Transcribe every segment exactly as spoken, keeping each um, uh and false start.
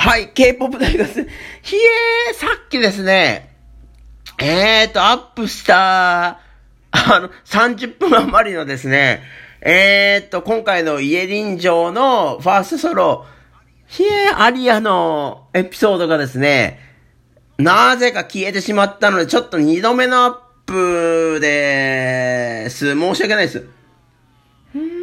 はい、K-ポップ 大学生。ひえー、さっきですね、えーと、アップした、あの、さんじゅっぷん余りのですね、えーと、今回の家臨場のファーストソロ、ひえー、アリアのエピソードがですね、なぜか消えてしまったので、ちょっとにどめのアップでーす。申し訳ないです。うーん。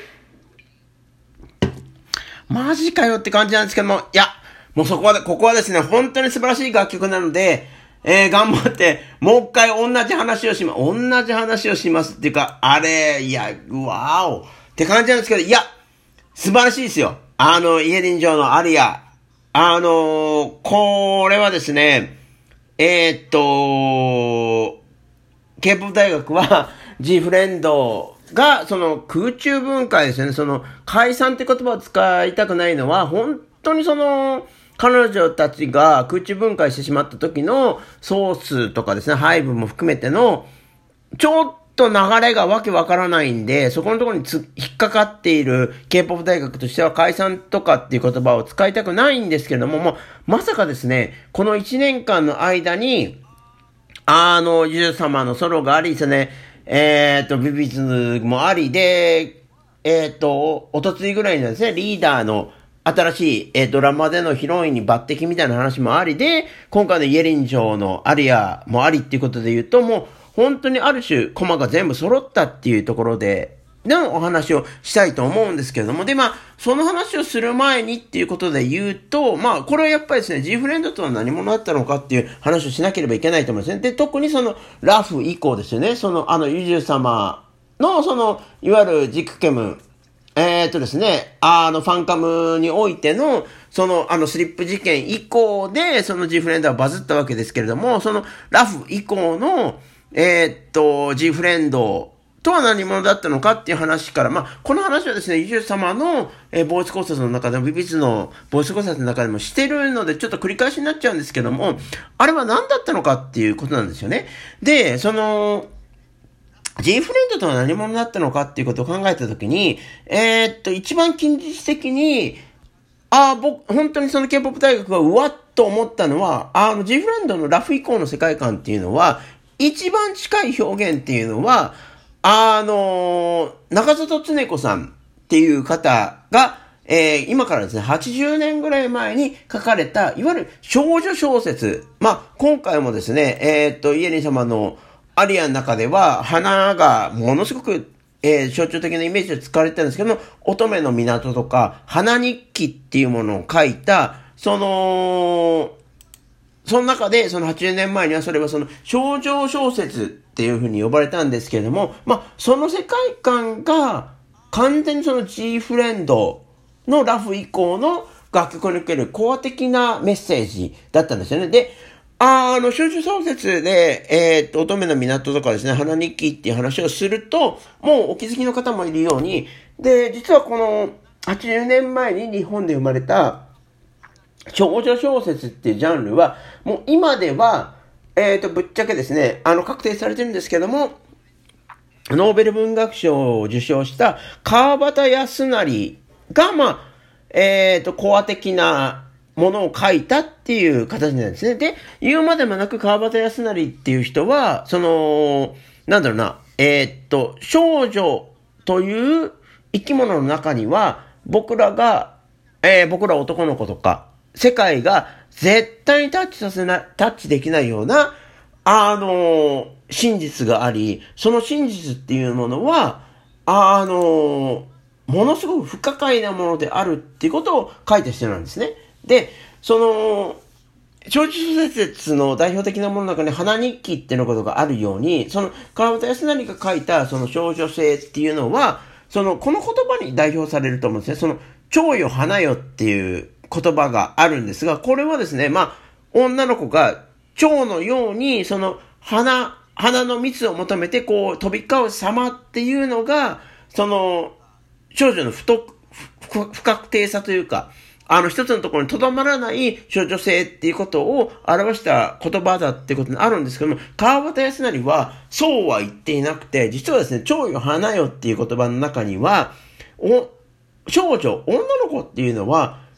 マジかよって感じなんですけども、いや、もうそこは、ここはですね、本当に素晴らしい楽曲なので、えー、頑張って、もう一回同じ話をしま、同じ話をしますっていうか、あれ、いや、うわーおって感じなんですけど、いや、素晴らしいですよ。あの、家臨場のアリア。あのー、これはですね、えー、っと、K-ポップ 大学は G フレンドがその空中分解ですよね。その解散って言葉を使いたくないのは本当にその彼女たちが空中分解してしまった時のソースとかですね、配分も含めてのちょっと流れがわけわからないんで、そこのところにつ引っかかっている K-ポップ 大学としては解散とかっていう言葉を使いたくないんですけれども、もうまさかですね、このいちねんかんの間にあの、ゆう様のソロがありですね、えっと、ビビズもありで、えっと、おとついぐらいにですね、リーダーの新しい、えー、ドラマでのヒロインに抜擢みたいな話もありで、今回のイエリン城のアリアもありっていうことで言うと、もう本当にある種、コマが全部揃ったっていうところで、のお話をしたいと思うんですけれども、で、まあ、その話をする前にっていうことで言うと、まあ、これはやっぱりですね、G フレンドとは何者だったのかっていう話をしなければいけないと思うんですね。で、特にその、ラフ以降ですよね、その、あの、ユジュ様の、その、いわゆるジクケム、えーっとですね、あの、ファンカムにおいての、その、あの、スリップ事件以降で、その G フレンドはバズったわけですけれども、その、ラフ以降の、えーっと、G フレンド、とは何者だったのかっていう話から、まあ、この話はですね、ユジュ様の、えー、ボイス考察の中でも、ビビズのボイス考察の中でもしてるので、ちょっと繰り返しになっちゃうんですけども、あれは何だったのかっていうことなんですよね。で、その、G フレンドとは何者だったのかっていうことを考えたときに、えー、っと、一番近日的に、ああ、僕、本当にその K-ポップ 大学がうわっと思ったのは、あの G フレンドのラフ以降の世界観っていうのは、一番近い表現っていうのは、あの、中里恒子さんっていう方が、えー、今からですね、はちじゅうねんぐらい前に書かれた、いわゆる少女小説。まあ、今回もですね、えー、っと、イエリン様のアリアの中では、花がものすごく、えー、象徴的なイメージで使われてるんですけども、乙女の港とか、花日記っていうものを書いた、その、その中で、そのはちじゅうねんまえにはそれはその少女小説っていう風に呼ばれたんですけれども、まあ、その世界観が完全にその G フレンドのラフ以降の楽曲におけるコア的なメッセージだったんですよね。で、あの、少女小説で、えー、っと、乙女の港とかですね、花日記っていう話をすると、もうお気づきの方もいるように、で、実はこのはちじゅうねんまえに日本で生まれた少女小説っていうジャンルは、もう今では、えっと、ぶっちゃけですね、あの、確定されてるんですけども、ノーベル文学賞を受賞した川端康成が、まあ、えっと、コア的なものを書いたっていう形なんですね。で、言うまでもなく川端康成っていう人は、その、なんだろうな、えっと、少女という生き物の中には、僕らが、えー、僕ら男の子とか、世界が絶対にタッチさせない、タッチできないような、あのー、真実があり、その真実っていうものは、あのー、ものすごく不可解なものであるっていうことを書いた人なんですね。で、その、少女小説の代表的なものの中に花日記っていうことがあるように、その川端康成が書いたその少女性っていうのは、その、この言葉に代表されると思うんですね。その、蝶よ花よっていう言葉があるんですが、これはですね、まあ、女の子が蝶のように、その、花、花の蜜を求めて、こう、飛び交う様っていうのが、その、少女の不特、不、不確定さというか、あの、一つのところに留まらない少女性っていうことを表した言葉だっていうことにあるんですけども、川端康成は、そうは言っていなくて、実はですね、蝶よ花よっていう言葉の中には、お、少女、女の子っていうのは、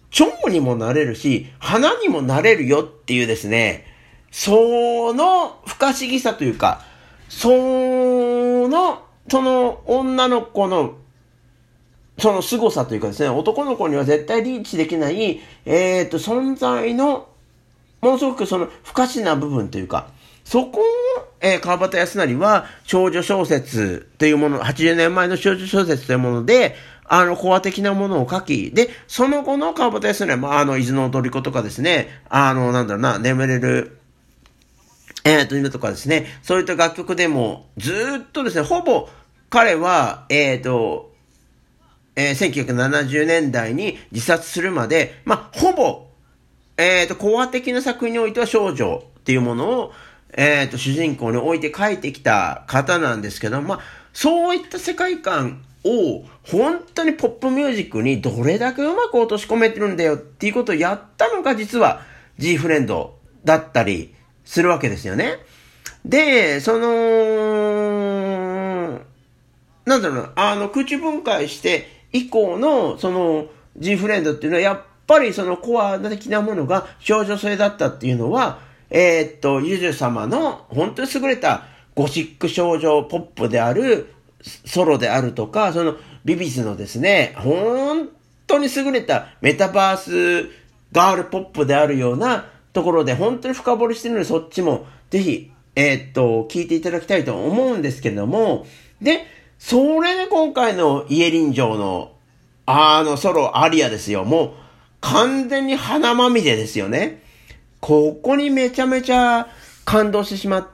蝶にもなれるし、花にもなれるよっていうですね、その不可思議さというか、その、その女の子の、その凄さというかですね、男の子には絶対リーチできない、えっと、存在の、ものすごくその不可視な部分というか、そこを、えー、川端康成は少女小説というもの、はちじゅうねんまえの少女小説というもので、あの、コア的なものを書き、で、その後の川端康成は、まあ、あの、伊豆の踊り子とかですね、あの、なんだろうな、眠れる、えー、というとかですね、そういった楽曲でも、ずーっとですね、ほぼ、彼は、えっと、えー、せんきゅうひゃくななじゅうねんだいに自殺するまで、まあ、ほぼ、えっと、コア的な作品においては少女っていうものを、えっと、主人公に置いて書いてきた方なんですけど、まあ、そういった世界観を、本当にポップミュージックにどれだけうまく落とし込めてるんだよっていうことをやったのが実は G フレンドだったりするわけですよね。で、その、なんだろうな、あの、空中分解して以降の、その、G フレンドっていうのは、やっぱりそのコア的なものが少女性だったっていうのは、えー、っと、ゆじゅ様の本当に優れたゴシック少女ポップであるソロであるとか、そのビビスのですね、本当に優れたメタバースガールポップであるようなところで本当に深掘りしてるので、そっちもぜひ、えー、っと、聞いていただきたいと思うんですけれども、で、それで今回のイエリン城のあのソロアリアですよ。もう完全に花まみれですよね。ここにめちゃめちゃ感動してしまって、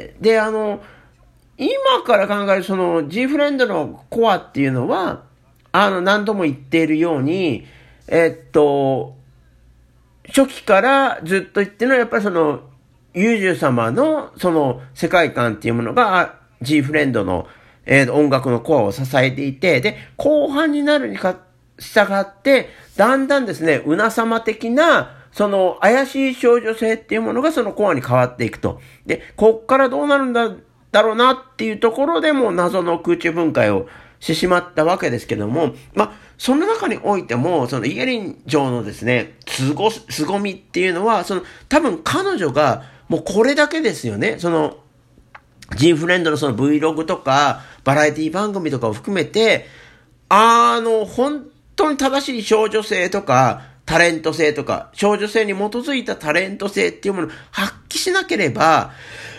で、あの、今から考えるその G フレンドのコアっていうのは、あの、何度も言っているように、えっと、初期からずっと言ってるのはやっぱりその、ユージュ様のその世界観っていうものが G フレンドの、えー、音楽のコアを支えていて、で、後半になるにか従って、だんだんですね、うな様的な、その怪しい少女性っていうものがそのコアに変わっていくと。で、こっからどうなるんだ、だろうなっていうところでも謎の空中分解をしてしまったわけですけども、まあ、その中においても、そのイエリン城のですね、すご、凄みっていうのは、その、多分彼女が、もうこれだけですよね、その、G フレンドのその Vlog とか、バラエティ番組とかを含めて、あの、本当に正しい少女性とか、タレント性とか、少女性に基づいたタレント性っていうものを発揮しなければ、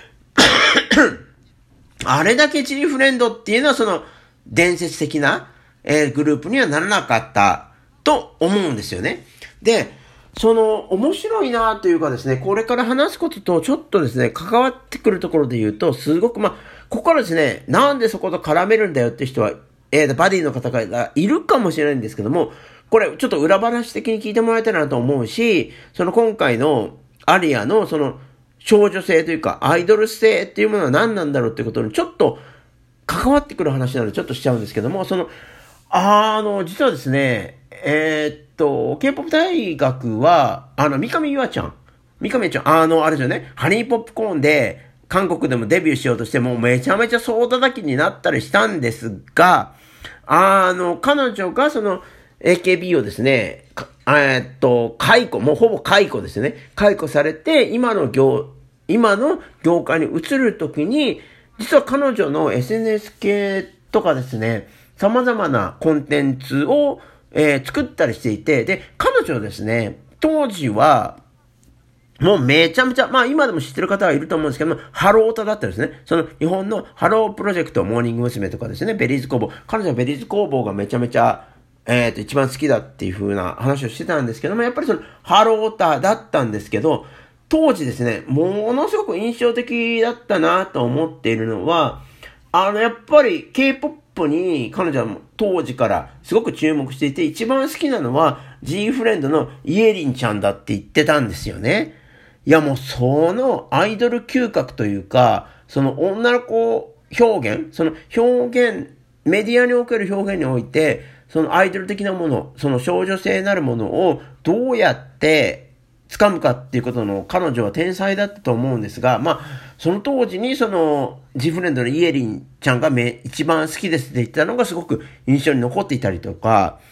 あれだけ G フレンドっていうのはその伝説的な、えー、グループにはならなかったと思うんですよね。で、その面白いなというかですね、これから話すこととちょっとですね、関わってくるところで言うと、すごくまあ、ここからですね、なんでそこと絡めるんだよって人は、えー、バディの方がいるかもしれないんですけども、これちょっと裏話的に聞いてもらえたらなと思うし、その今回のアリアのその少女性というかアイドル性っていうものは何なんだろうっていうことにちょっと関わってくる話なのでちょっとしちゃうんですけども、その、あの、実はですね、えー、っと、K-ポップ 大学は、あの、三上優愛ちゃん、三上ちゃん、あの、あれですよね、ハニーポップコーンで韓国でもデビューしようとしてもうめちゃめちゃ総叩きになったりしたんですが、あの、彼女がその、エーケービー をですね、えっと、解雇、もうほぼ解雇ですね。解雇されて、今の業、今の業界に移るときに、実は彼女の エスエヌエス 系とかですね、様々なコンテンツを、えー、作ったりしていて、で、彼女ですね、当時は、もうめちゃめちゃ、まあ今でも知ってる方はいると思うんですけども、ハロータだったんですね。その日本のハロープロジェクト、モーニング娘。とかですね、ベリーズ工房。彼女はベリーズ工房がめちゃめちゃ、えっと、一番好きだっていう風な話をしてたんですけども、やっぱりその、ハロータだったんですけど、当時ですね、ものすごく印象的だったなと思っているのは、あの、やっぱり K-ポップ に彼女は当時からすごく注目していて、一番好きなのは G フレンドのイエリンちゃんだって言ってたんですよね。いやもうそのアイドル嗅覚というか、その女の子表現、その表現、メディアにおける表現において、そのアイドル的なもの、その少女性なるものをどうやって掴むかっていうことの彼女は天才だったと思うんですが、まあ、その当時にその G フレンドのイエリンちゃんがめ一番好きですって言ったのがすごく印象に残っていたりとか、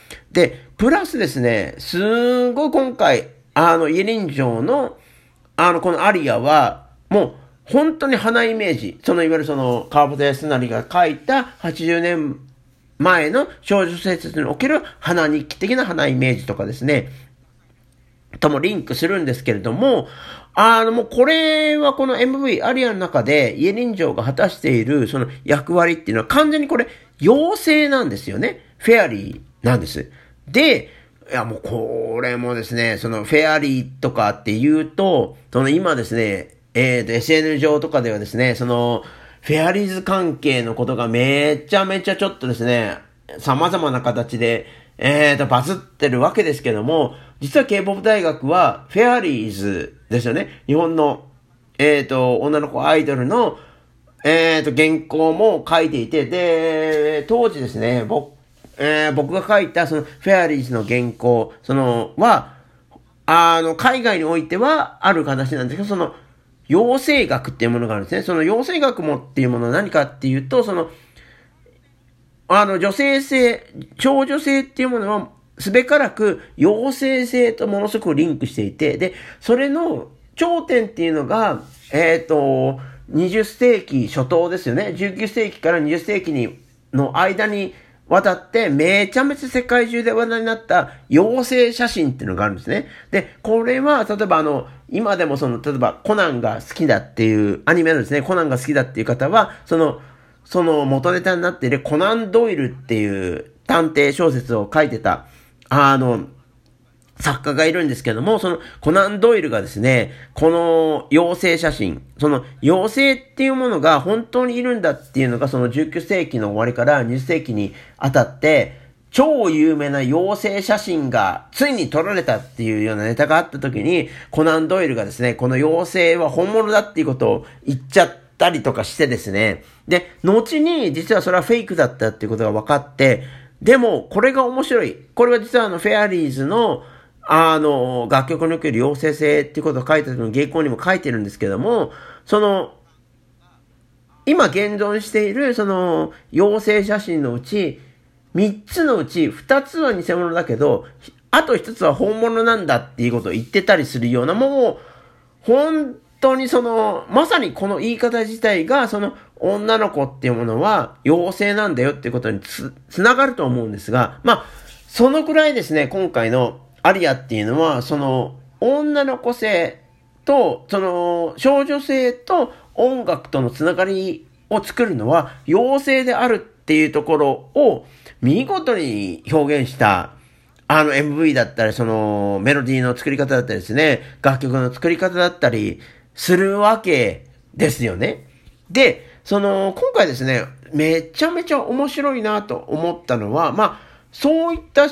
で、プラスですね、すごい今回、あの、イエリン城の、あの、このアリアは、もう、本当に花イメージ、そのいわゆるその、川端康成が書いたはちじゅうねんまえの少女小説における花日記的な花イメージとかですね、ともリンクするんですけれども、あのもうこれはこの エムブイ アリアの中でイエリン城が果たしているその役割っていうのは完全にこれ妖精なんですよね。フェアリーなんです。で、いやもうこれもですね、そのフェアリーとかって言うと、その今ですね、えーと エスエヌ 上とかではですね、そのフェアリーズ関係のことがめちゃめちゃちょっとですね、様々な形で、えーとバズってるわけですけども、実は K-ポップ 大学はフェアリーズですよね。日本の、えーと、女の子アイドルの、えーと、原稿も書いていて、で、当時ですね、僕、えー、僕が書いたそのフェアリーズの原稿、その、は、あの、海外においてはある形なんですけど、その、妖精学っていうものがあるんですね。その妖精学もっていうものは何かっていうと、その、あの、女性性、少女性っていうものは、すべからく妖精性とものすごくリンクしていて、で、それの頂点っていうのが、えっと、にじゅっせいき初頭ですよね。じゅうきゅうせいきからにじゅっせいきにの間にわたってめちゃめちゃ世界中で話題になった妖精写真っていうのがあるんですね。で、これは例えばあの、今でもその、例えばコナンが好きだっていうアニメのですね、コナンが好きだっていう方は、その、その元ネタになっているコナン・ドイルっていう探偵小説を書いてた、あの、作家がいるんですけども、そのコナン・ドイルがですね、この妖精写真、その妖精っていうものが本当にいるんだっていうのがそのじゅうきゅうせいきの終わりからにじゅっせいきにあたって、超有名な妖精写真がついに撮られたっていうようなネタがあった時に、コナン・ドイルがですね、この妖精は本物だっていうことを言っちゃったりとかしてですね、で、後に実はそれはフェイクだったっていうことが分かって、でも、これが面白い。これは実はあの、フェアリーズの、あの、楽曲における妖精性っていうことを書いた時の原稿にも書いてるんですけども、その、今現存しているその、妖精写真のうち、みっつのうちふたつは偽物だけど、あとひとつは本物なんだっていうことを言ってたりするような、もう、本当にその、まさにこの言い方自体が、その、女の子っていうものは妖精なんだよっていうことにつ、つながると思うんですが、まあ、そのくらいですね、今回のアリアっていうのは、その、女の子性と、その、少女性と音楽とのつながりを作るのは、妖精であるっていうところを、見事に表現した、あの エムブイ だったり、その、メロディーの作り方だったりですね、楽曲の作り方だったり、するわけですよね。で、その、今回ですね、めちゃめちゃ面白いなと思ったのは、まあ、そういった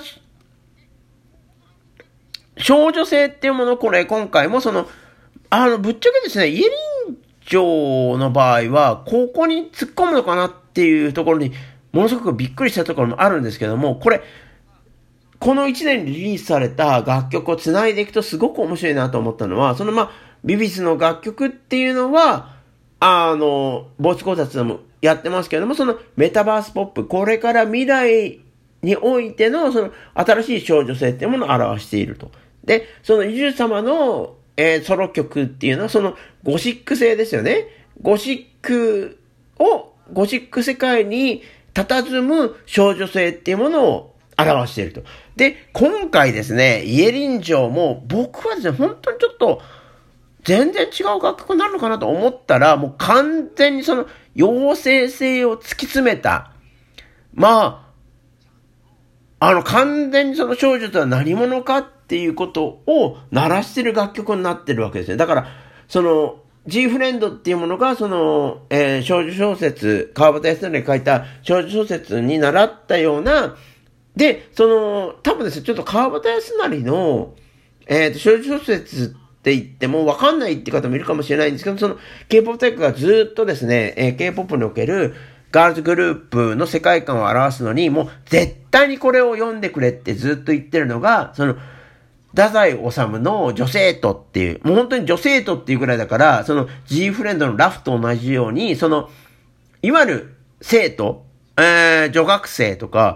少女性っていうもの、これ今回もその、あの、ぶっちゃけですね、イエリン城の場合は、ここに突っ込むのかなっていうところに、ものすごくびっくりしたところもあるんですけども、これ、このいちねんにリリースされた楽曲を繋いでいくとすごく面白いなと思ったのは、そのまあ、ビビスの楽曲っていうのは、あの、ボイス考察でもやってますけれども、そのメタバースポップ、これから未来においての、その新しい少女性っていうものを表していると。で、そのイジュ様の、えー、ソロ曲っていうのは、そのゴシック性ですよね。ゴシックを、ゴシック世界に佇む少女性っていうものを表していると。で、今回ですね、イエリン城も、僕はですね、本当にちょっと、全然違う楽曲になるのかなと思ったら、もう完全にその妖精性を突き詰めた。まあ、あの完全にその少女とは何者かっていうことを鳴らしてる楽曲になってるわけですね。だから、その、G フレンドっていうものが、その、えー、少女小説、川端康成が書いた少女小説に習ったような、で、その、多分ですね、ちょっと川端康成の、えっと、少女小説って言っても分かんないって方もいるかもしれないんですけど、その K-ポップ 大学がずっとですね、えー、K-ポップ におけるガールズグループの世界観を表すのに、もう絶対にこれを読んでくれってずっと言ってるのが、その、太宰治の女生徒っていう、もう本当に女生徒っていうくらいだから、その G フレンドのラフと同じように、その、いわゆる生徒、えー、女学生とか、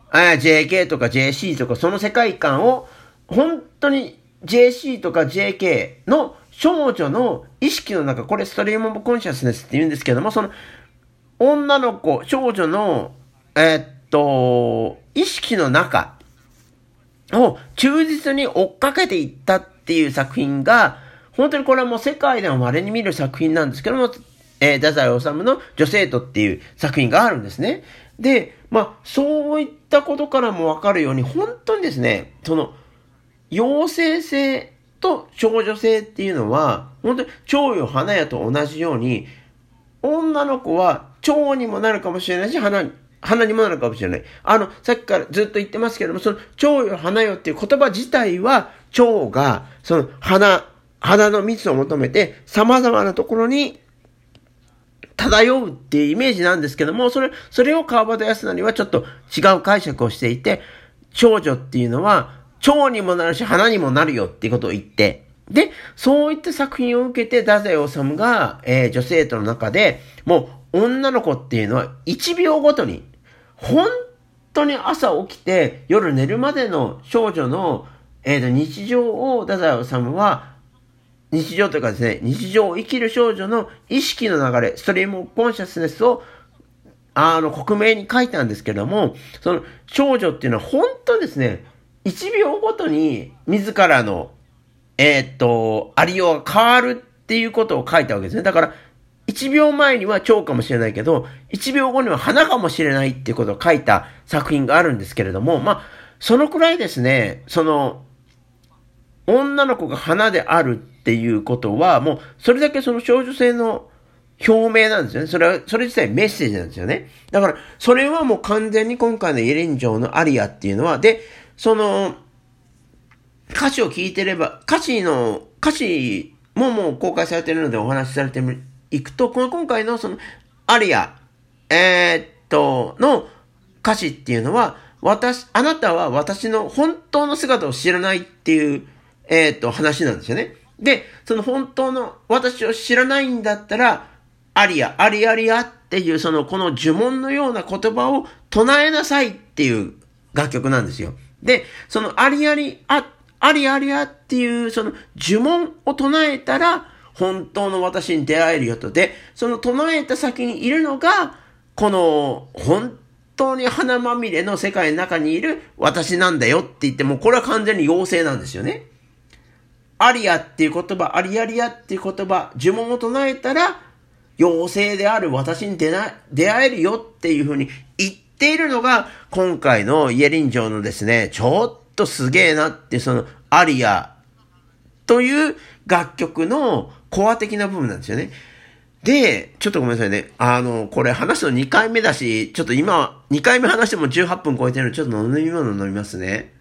えー、ジェーケー とか ジェーシー とかその世界観を、本当に ジェーシー とか ジェーケー の少女の意識の中、これストリームオブコンシャスネスって言うんですけども、その女の子、少女の、えー、っと、意識の中を忠実に追っかけていったっていう作品が、本当にこれはもう世界でも稀に見る作品なんですけども、えー、太宰治の女生徒っていう作品があるんですね。で、まあ、そういったことからもわかるように、本当にですね、その、妖精性と少女性っていうのは、本当に蝶よ花やと同じように、女の子は蝶にもなるかもしれないし、花に、花にもなるかもしれない。あの、さっきからずっと言ってますけども、その、蝶よ花よっていう言葉自体は、蝶が、その、花、花の蜜を求めて、様々なところに、漂うっていうイメージなんですけども、それ、それを川端康成はちょっと違う解釈をしていて、少女っていうのは、蝶にもなるし、花にもなるよっていうことを言って、で、そういった作品を受けて、太宰治が、えー、女生徒の中で、もう、女の子っていうのは、いちびょうごとに、本当に朝起きて、夜寝るまでの少女の、えーと、日常を太宰治は、日常というかですね、日常を生きる少女の意識の流れ、ストリームオブコンシャスネスを、あの、克明に書いたんですけども、その少女っていうのは本当ですね、いちびょうごとに自らの、えー、っと、ありようが変わるっていうことを書いたわけですね。だから、いちびょうまえには蝶かもしれないけど、いちびょうごには花かもしれないっていうことを書いた作品があるんですけれども、まあ、そのくらいですね、その、女の子が花であるっていうことは、もう、それだけその少女性の表明なんですよね。それは、それ自体メッセージなんですよね。だから、それはもう完全に今回のイエレン城のアリアっていうのは、で、その、歌詞を聞いてれば、歌詞の、歌詞ももう公開されているのでお話しされていくと、この今回のその、アリア、えー、っと、の歌詞っていうのは、私、あなたは私の本当の姿を知らないっていう、えー、っと、話なんですよね。で、その本当の私を知らないんだったら、アリア、アリアリアっていうそのこの呪文のような言葉を唱えなさいっていう楽曲なんですよ。で、そのアリアリア、アリアリアっていうその呪文を唱えたら本当の私に出会えるよと。で、その唱えた先にいるのが、この本当に花まみれの世界の中にいる私なんだよって言っても、これは完全に妖精なんですよね。アリアっていう言葉、アリアリアっていう言葉、呪文を唱えたら、妖精である私に出な、出会えるよっていう風に言っているのが、今回のイエリン城のですね、ちょっとすげえなって、その、アリアという楽曲のコア的な部分なんですよね。で、ちょっとごめんなさいね。あの、これ話すのにかいめだし、ちょっと今、にかいめ話してもじゅうはっぷん超えてるので、ちょっと飲み物飲みますね。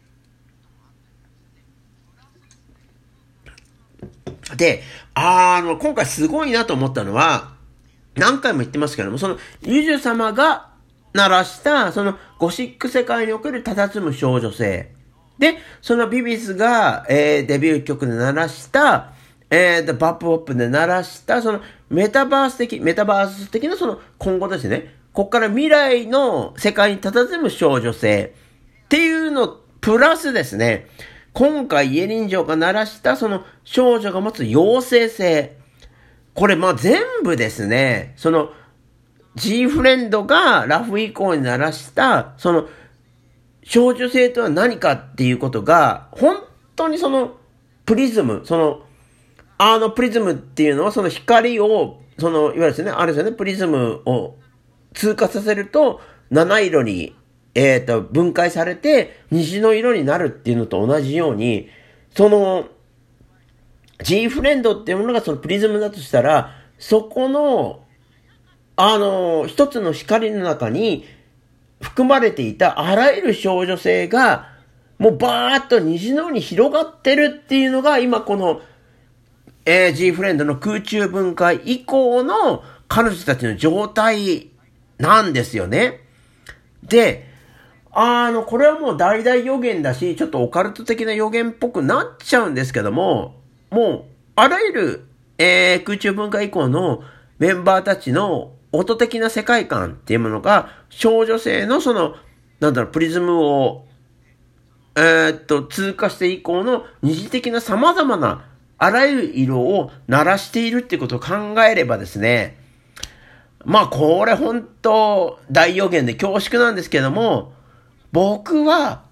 で、あの、今回すごいなと思ったのは、何回も言ってますけども、その、ユジュ様が鳴らした、その、ゴシック世界における佇む少女性。で、そのビビスが、えー、デビュー曲で鳴らした、えー、バップポップで鳴らした、その、メタバース的、メタバース的なその、今後ですね、こっから未来の世界に佇む少女性っていうの、プラスですね、今回イエリン城が鳴らしたその少女が持つ妖精性。これまあ全部ですね、その G フレンドがラフ以降に鳴らしたその少女性とは何かっていうことが本当にそのプリズム、そのあのプリズムっていうのはその光をそのいわゆるですね、あれですよね、プリズムを通過させると七色にえっと、分解されて、虹の色になるっていうのと同じように、その、G フレンドっていうものがそのプリズムだとしたら、そこの、あの、一つの光の中に含まれていたあらゆる少女性が、もうバーッと虹のように広がってるっていうのが、今この、えー、G フレンドの空中分解以降の彼女たちの状態なんですよね。で、あの、これはもう大々予言だし、ちょっとオカルト的な予言っぽくなっちゃうんですけども、もう、あらゆる、えー、空中分解以降のメンバーたちの音的な世界観っていうものが、少女性のその、 なんだろう、プリズムを、えー、っと、通過して以降の二次的な様々なあらゆる色を鳴らしているってことを考えればですね、まあこれ本当大予言で恐縮なんですけども、僕は、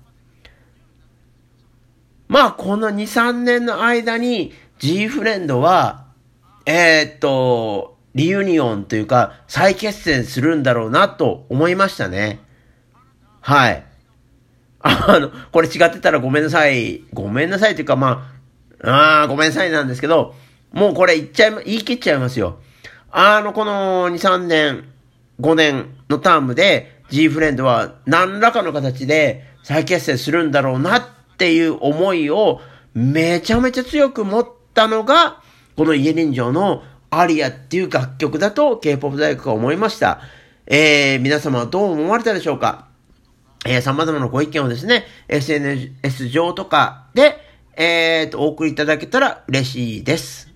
まあこのに、さんねんの間に G フレンドは、えー、っと、リユニオンというか再結成するんだろうなと思いましたね。はい。あの、これ違ってたらごめんなさい。ごめんなさいというかまあ、あーごめんなさいなんですけど、もうこれ言っちゃい、言い切っちゃいますよ。あの、このに、さんねん、ごねんのタームで G フレンドは何らかの形で再結成するんだろうなっていう思いをめちゃめちゃ強く持ったのが、この家人情のアリアっていう楽曲だと K-ポップ 大学は思いました。えー、皆様はどう思われたでしょうか？えー、様々なご意見をですね、エスエヌエス 上とかで、えーと、お送りいただけたら嬉しいです。